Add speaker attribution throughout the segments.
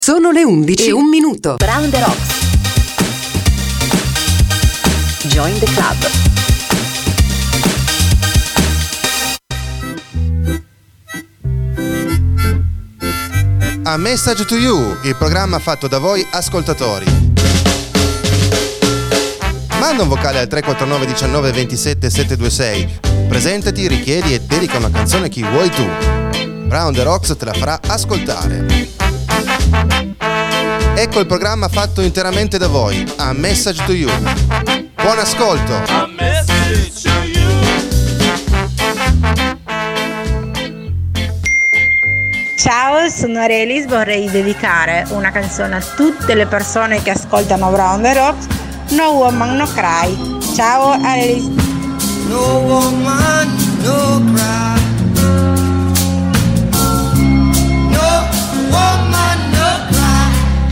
Speaker 1: Sono le 11:01.
Speaker 2: Brown the Rocks. Join the club.
Speaker 3: A Message to You, il programma fatto da voi ascoltatori. Manda un vocale al 349 19 27 726. Presentati, richiedi e dedica una canzone a chi vuoi tu. Brown the Rocks te la farà ascoltare. Ecco il programma fatto interamente da voi, A Message to You. Buon ascolto!
Speaker 4: A message to you.
Speaker 5: Ciao, sono Arelis, vorrei dedicare una canzone a tutte le persone che ascoltano Brown the Rocks, No Woman No Cry. Ciao Arelis.
Speaker 6: No woman, no cry. No woman, no cry.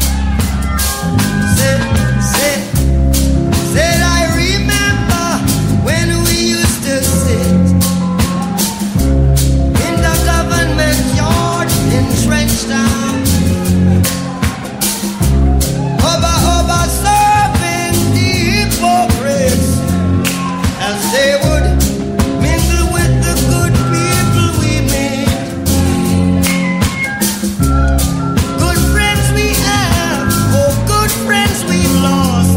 Speaker 6: Said I remember when we used to sit in the government yard in Trenchtown. Over serving the hypocrites as they would mingle with the good people we made. Good friends we have, oh good friends we've lost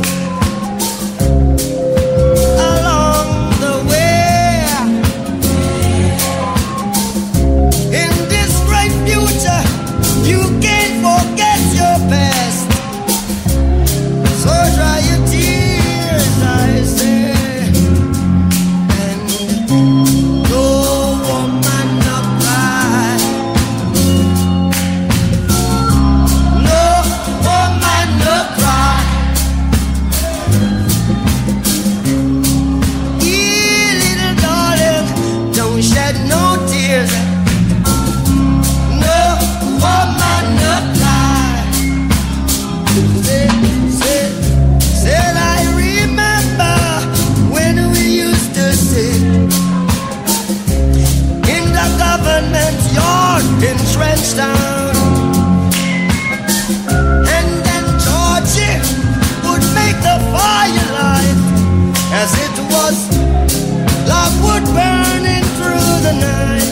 Speaker 6: along the way. In this great future, you can't forget your past. So dry your tears, I say. No woman no cry. No woman no cry. Yeah, little darling, don't shed no tears. No woman no cry. Said I remember when we used to sit in the government yard in Trenchtown. And then Georgie would make the firelight as it was logwood burning through the night.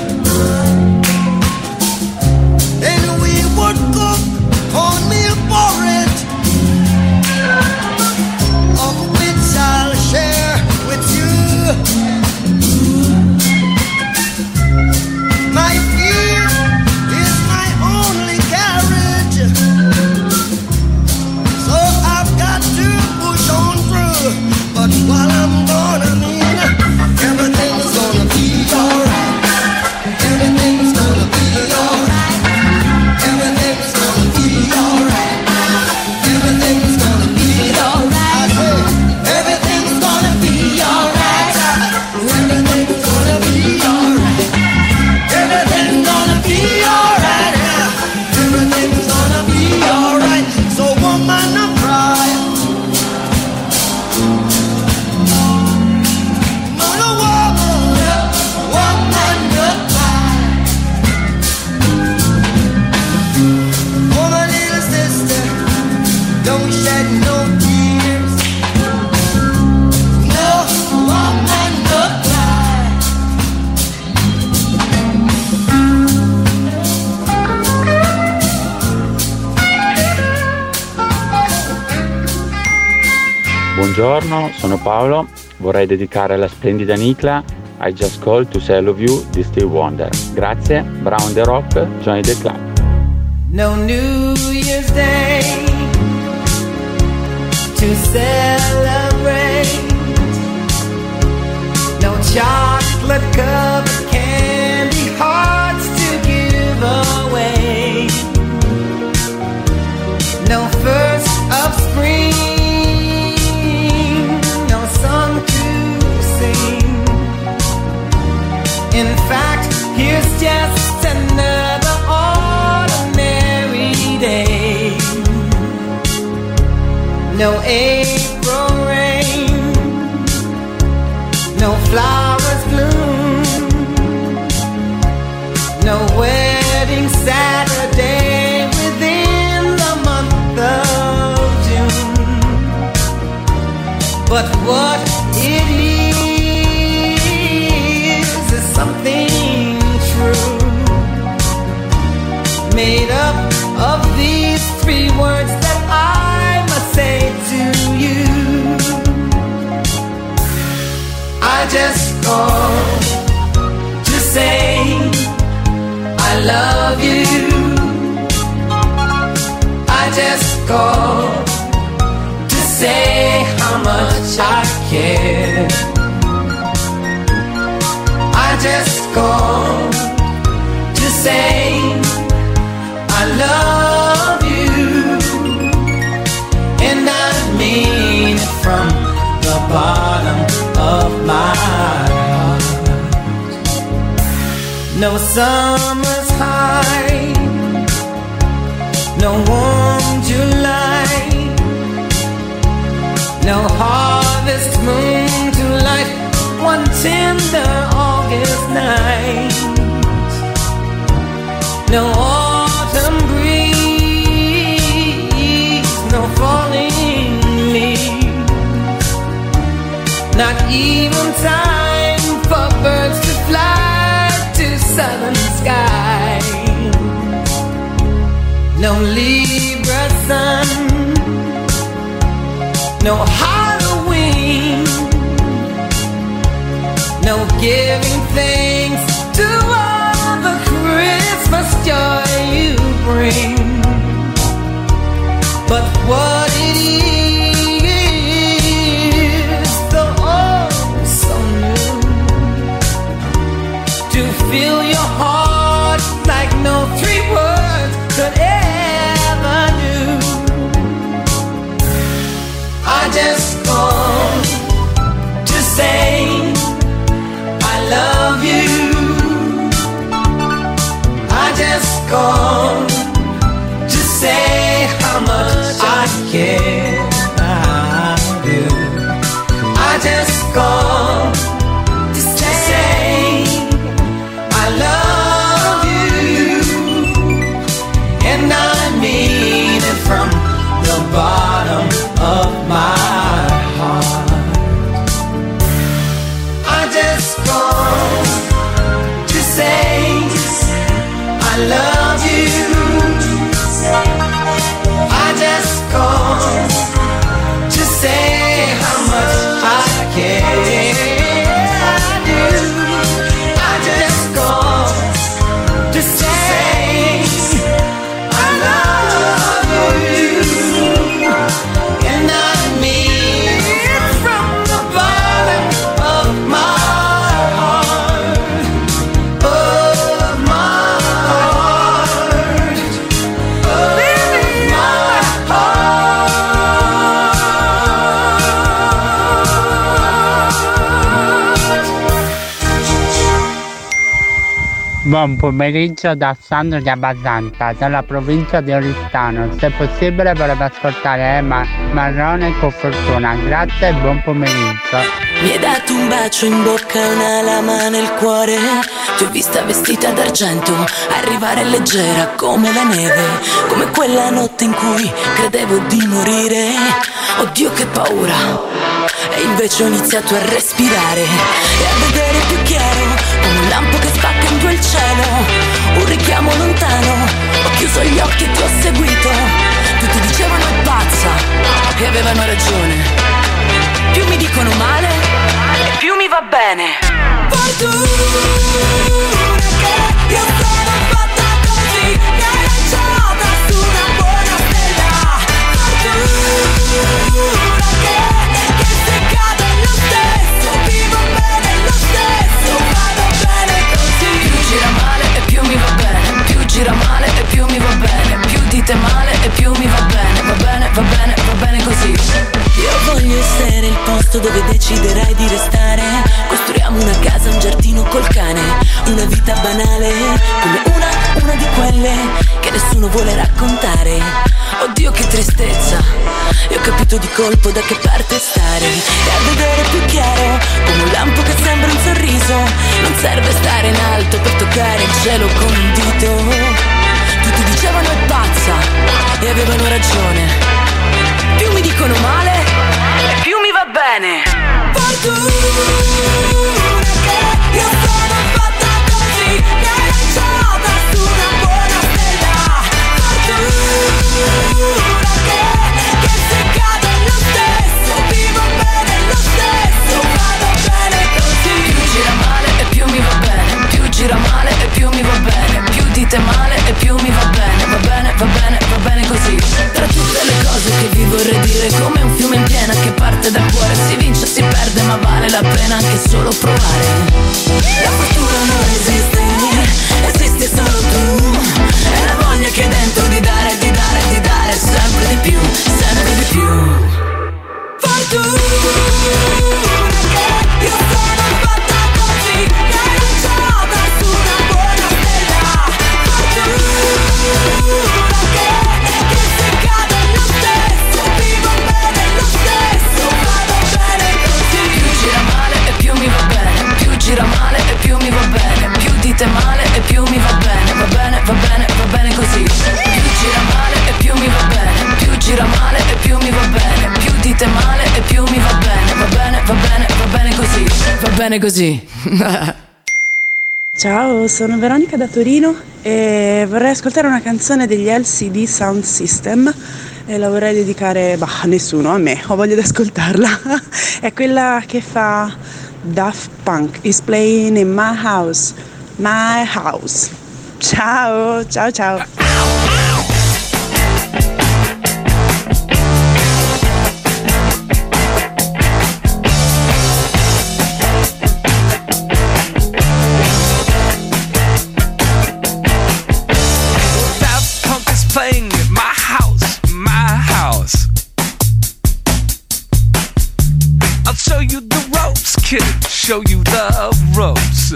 Speaker 6: Then we would cook cornmeal porridge, of which I'll share with you. My fear is my only carriage, so I've got to push on through. But while I'm gone, I mean, everything's gonna be alright. Everything's gonna be alright. Everything's gonna be alright. Everything's gonna be alright. I say, everything's gonna be alright. Everything's gonna be alright. Everything's gonna be alright. Everything's gonna be alright. So woman, no cry. No, no woman, no cry. Oh, my little sister, don't shed no tears. No woman, no cry.
Speaker 7: Buongiorno, sono Paolo, vorrei dedicare alla splendida Nicla I Just Called to Say I Love You di Stevie Wonder. Grazie, Brown the Rock, join the club.
Speaker 6: No New Year's Day to celebrate. No chocolate cup of candy hearts to give away. No first of spring, no song to sing. In fact, here's just another ordinary day. No April rain, no flowers bloom, no wedding Saturday within
Speaker 8: called to say I love you. I just called to say how much I care. I just called to say I love you, and I mean it from the bottom of my heart. No summer's high, no warm July, no harvest moon to light one tender August night, no autumn breeze, no falling leaves, not even time for birds to fly to southern skies. No Libra sun, no Halloween, no giving thanks to all the Christmas joy you bring. But what it is, the oh so new, to fill your heart like no three words could ever do. I just called to say I love you. I just called to say how much I care. I do. I just called to say I love you, and I mean it from the bottom of my heart. I just called to say I love you. I just called to say how much I care. I do. I just called to say I love you, and I mean it from the bottom of my heart, of my heart, of my
Speaker 9: Buon pomeriggio da Sandro di Abbazanta, dalla provincia di Oristano. Se possibile volevo ascoltare Emma Marrone con Fortuna. Grazie e buon pomeriggio.
Speaker 10: Mi hai dato un bacio in bocca e una lama nel cuore. Ti ho vista vestita d'argento, arrivare leggera come la neve, come quella notte in cui credevo di morire. Oddio che paura! E invece ho iniziato a respirare e a vedere più chiaro, come un lampo che spacca in due il cielo, un richiamo lontano. Ho chiuso gli occhi e ti ho seguito. Tutti dicevano è pazza e avevano ragione. Più mi dicono male e più mi va bene. Fortuna che io sono fatta così, mi hai lanciata su una buona stella. Fortuna che se cade lo stesso, vivo bene lo stesso, vado bene così. Più gira male e più mi va bene, più gira male e più mi va bene, più dite male e più mi va bene, va bene, va bene, va bene così. Io voglio essere il posto dove deciderai di restare. Costruiamo una casa, un giardino col cane, una vita banale, come una di quelle che nessuno vuole raccontare. Oddio che tristezza, e ho capito di colpo da che parte stare. E a vedere più chiaro, come un lampo che sembra un sorriso. Non serve stare in alto per toccare il cielo con un dito. Tutti dicevano è pazza e avevano ragione. Più mi dicono male e più mi va bene. Fortuna che io sono fatta così, mi hai lanciata su una buona stella. Fortuna che se cade lo stesso, vivo bene lo stesso, vado bene così. Più gira
Speaker 8: bene così.
Speaker 11: Ciao, sono Veronica da Torino e vorrei ascoltare una canzone degli LCD Sound System e la vorrei dedicare a nessuno, a me, ho voglia di ascoltarla. È quella che fa Daft Punk, Is Playing in My House, My House. Ciao, ciao, ciao.
Speaker 12: Playing in my house, my house. I'll show you the ropes, kid, show you the ropes.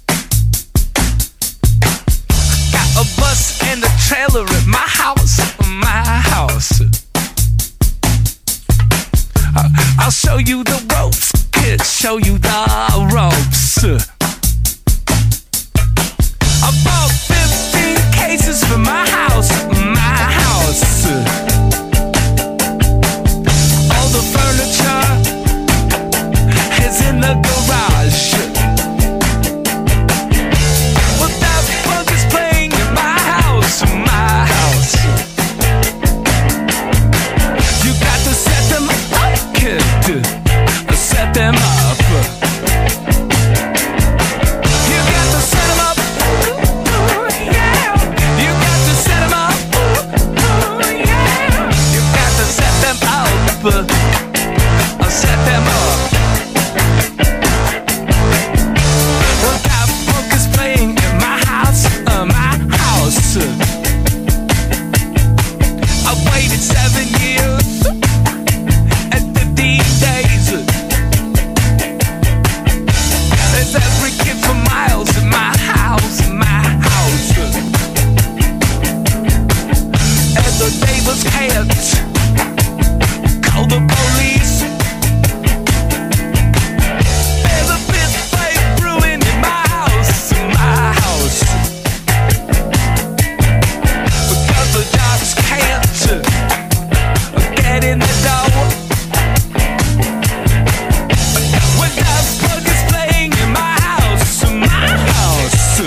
Speaker 12: Got a bus and a trailer at my house, my house. I'll show you the ropes, kid, show you the ropes. I bought 15 cases for my house, my house. All the furniture is in the garage. Well, that bug is playing in my house, my house. You got to set them up, kid. Set them up. You got to set them up. You got to set them up. You got to set them up. Set them up. Well, that book is playing in my house, my house. I waited 7 years and 50 days. There's every kid for miles in my house, my house. And the neighbors can't call the police. There's a fist fight brewing in my house, my house. Because the jobs can't get in the door. When that bug is playing in my house, my house.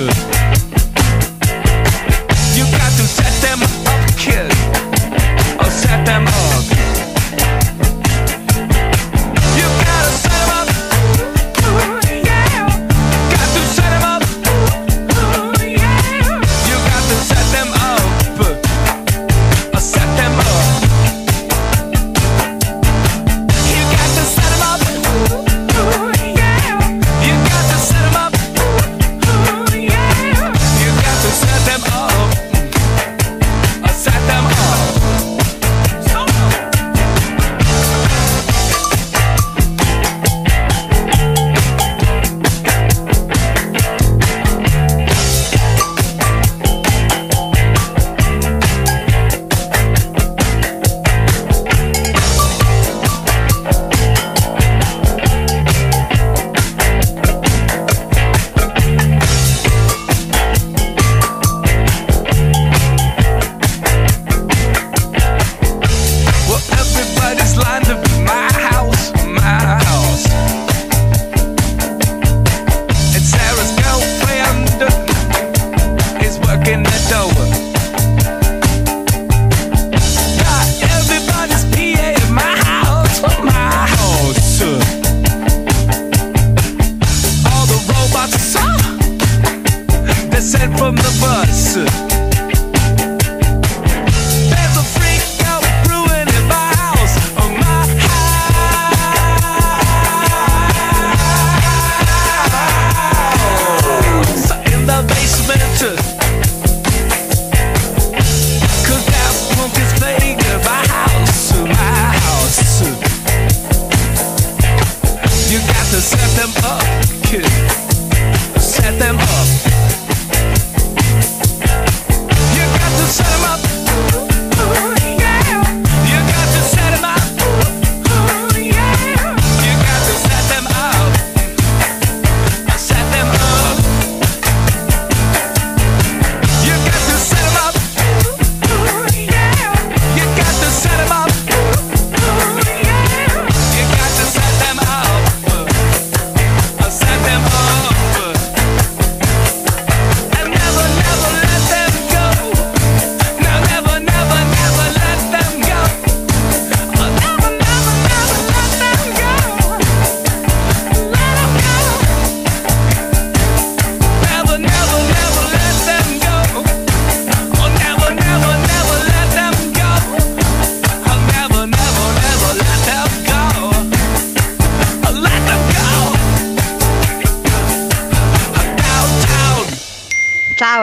Speaker 12: You got to set them up, kid. Or set them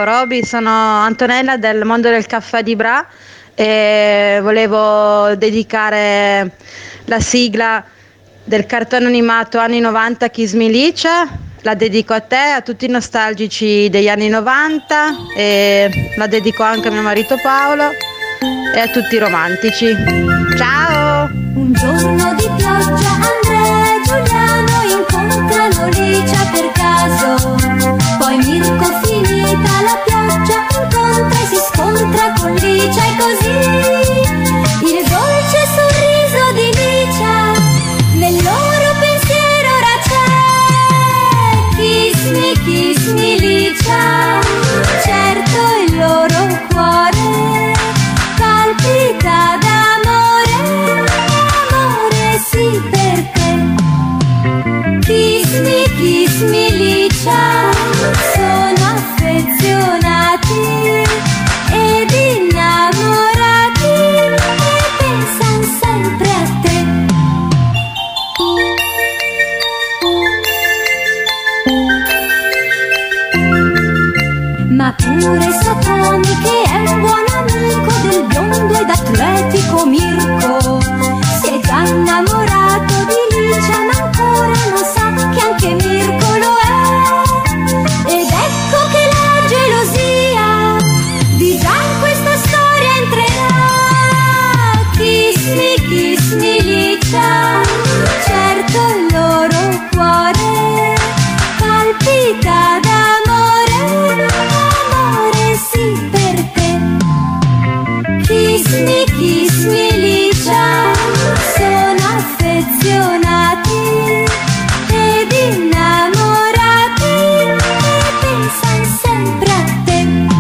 Speaker 5: Roby, sono Antonella del Mondo del Caffè di Bra e volevo dedicare la sigla del cartone animato anni 90 Kiss Me Licia. La dedico a te, a tutti i nostalgici degli anni 90 e la dedico anche a mio marito Paolo e a tutti i romantici. Ciao!
Speaker 10: Un giorno di pioggia Andrea e Giuliano incontrano Licia per caso. Poi Mirko, finita la pioggia, incontra e si scontra con Licia e così il dolce sorriso di Licia nel loro pensiero ora c'è. Kiss me Licia, certo il loro cuore palpita d'amore, amore sì per te. Kiss me Licia, sono affezionati ed innamorati e pensano sempre a te. Ma pure Satomi, che è un buon amico del biondo ed atletico Mirko, si è già innamorato di Licia ma ancora non sa che anche Mirko lo è. Ed ecco che la gelosia di già in questa storia entrerà. Kiss me Licia, certo il loro cuore palpita d'amore, amore sì per te. Kiss me Licia, sono affezionati ed innamorati e pensano sempre a te.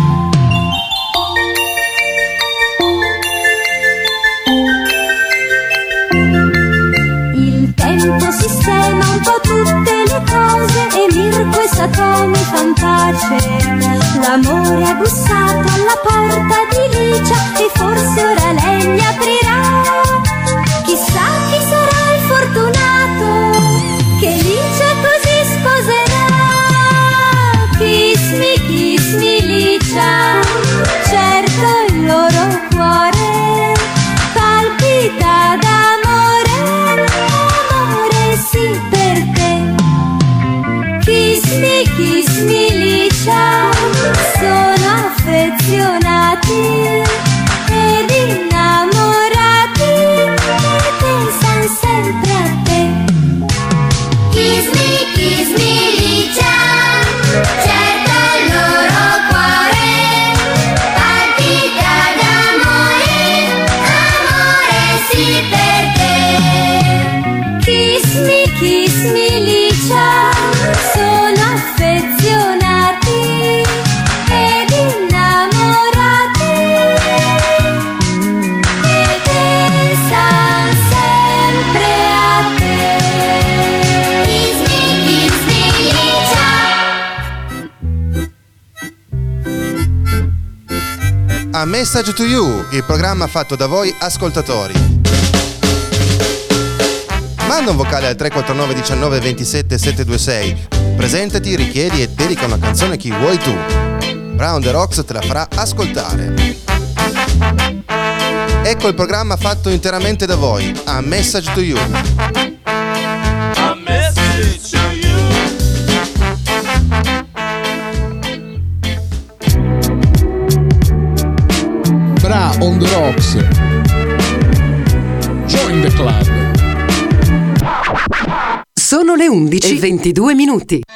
Speaker 10: Il tempo sistema un po' tutte le cose e Mirko e Satomi fan pace. L'amore ha bussato alla porta di Licia e forse ora lei gli aprirà. Chissà chi sarà il fortunato che Licia così sposerà. Kiss me Licia, certo il loro cuore palpita d'amore, amore sì per te. Kiss me Licia, sono affezionati ed innamorati e pensano sempre a te. Kiss me Licia, certo il loro cuore palpita d'amore, amore sì per te. Kiss me Licia, sono affezionati ed innamorati e pensano sempre a te. Kiss me Licia.
Speaker 3: A Message to You, il programma fatto da voi ascoltatori. Manda un vocale al 349 19 27 726. Presentati, richiedi e dedica una canzone a chi vuoi tu. Brown the Rocks te la farà ascoltare. Ecco il programma fatto interamente da voi. A Message to You.
Speaker 4: A message to you.
Speaker 13: Bra on the Rocks. Join the club.
Speaker 1: Sono le 11:22 minuti.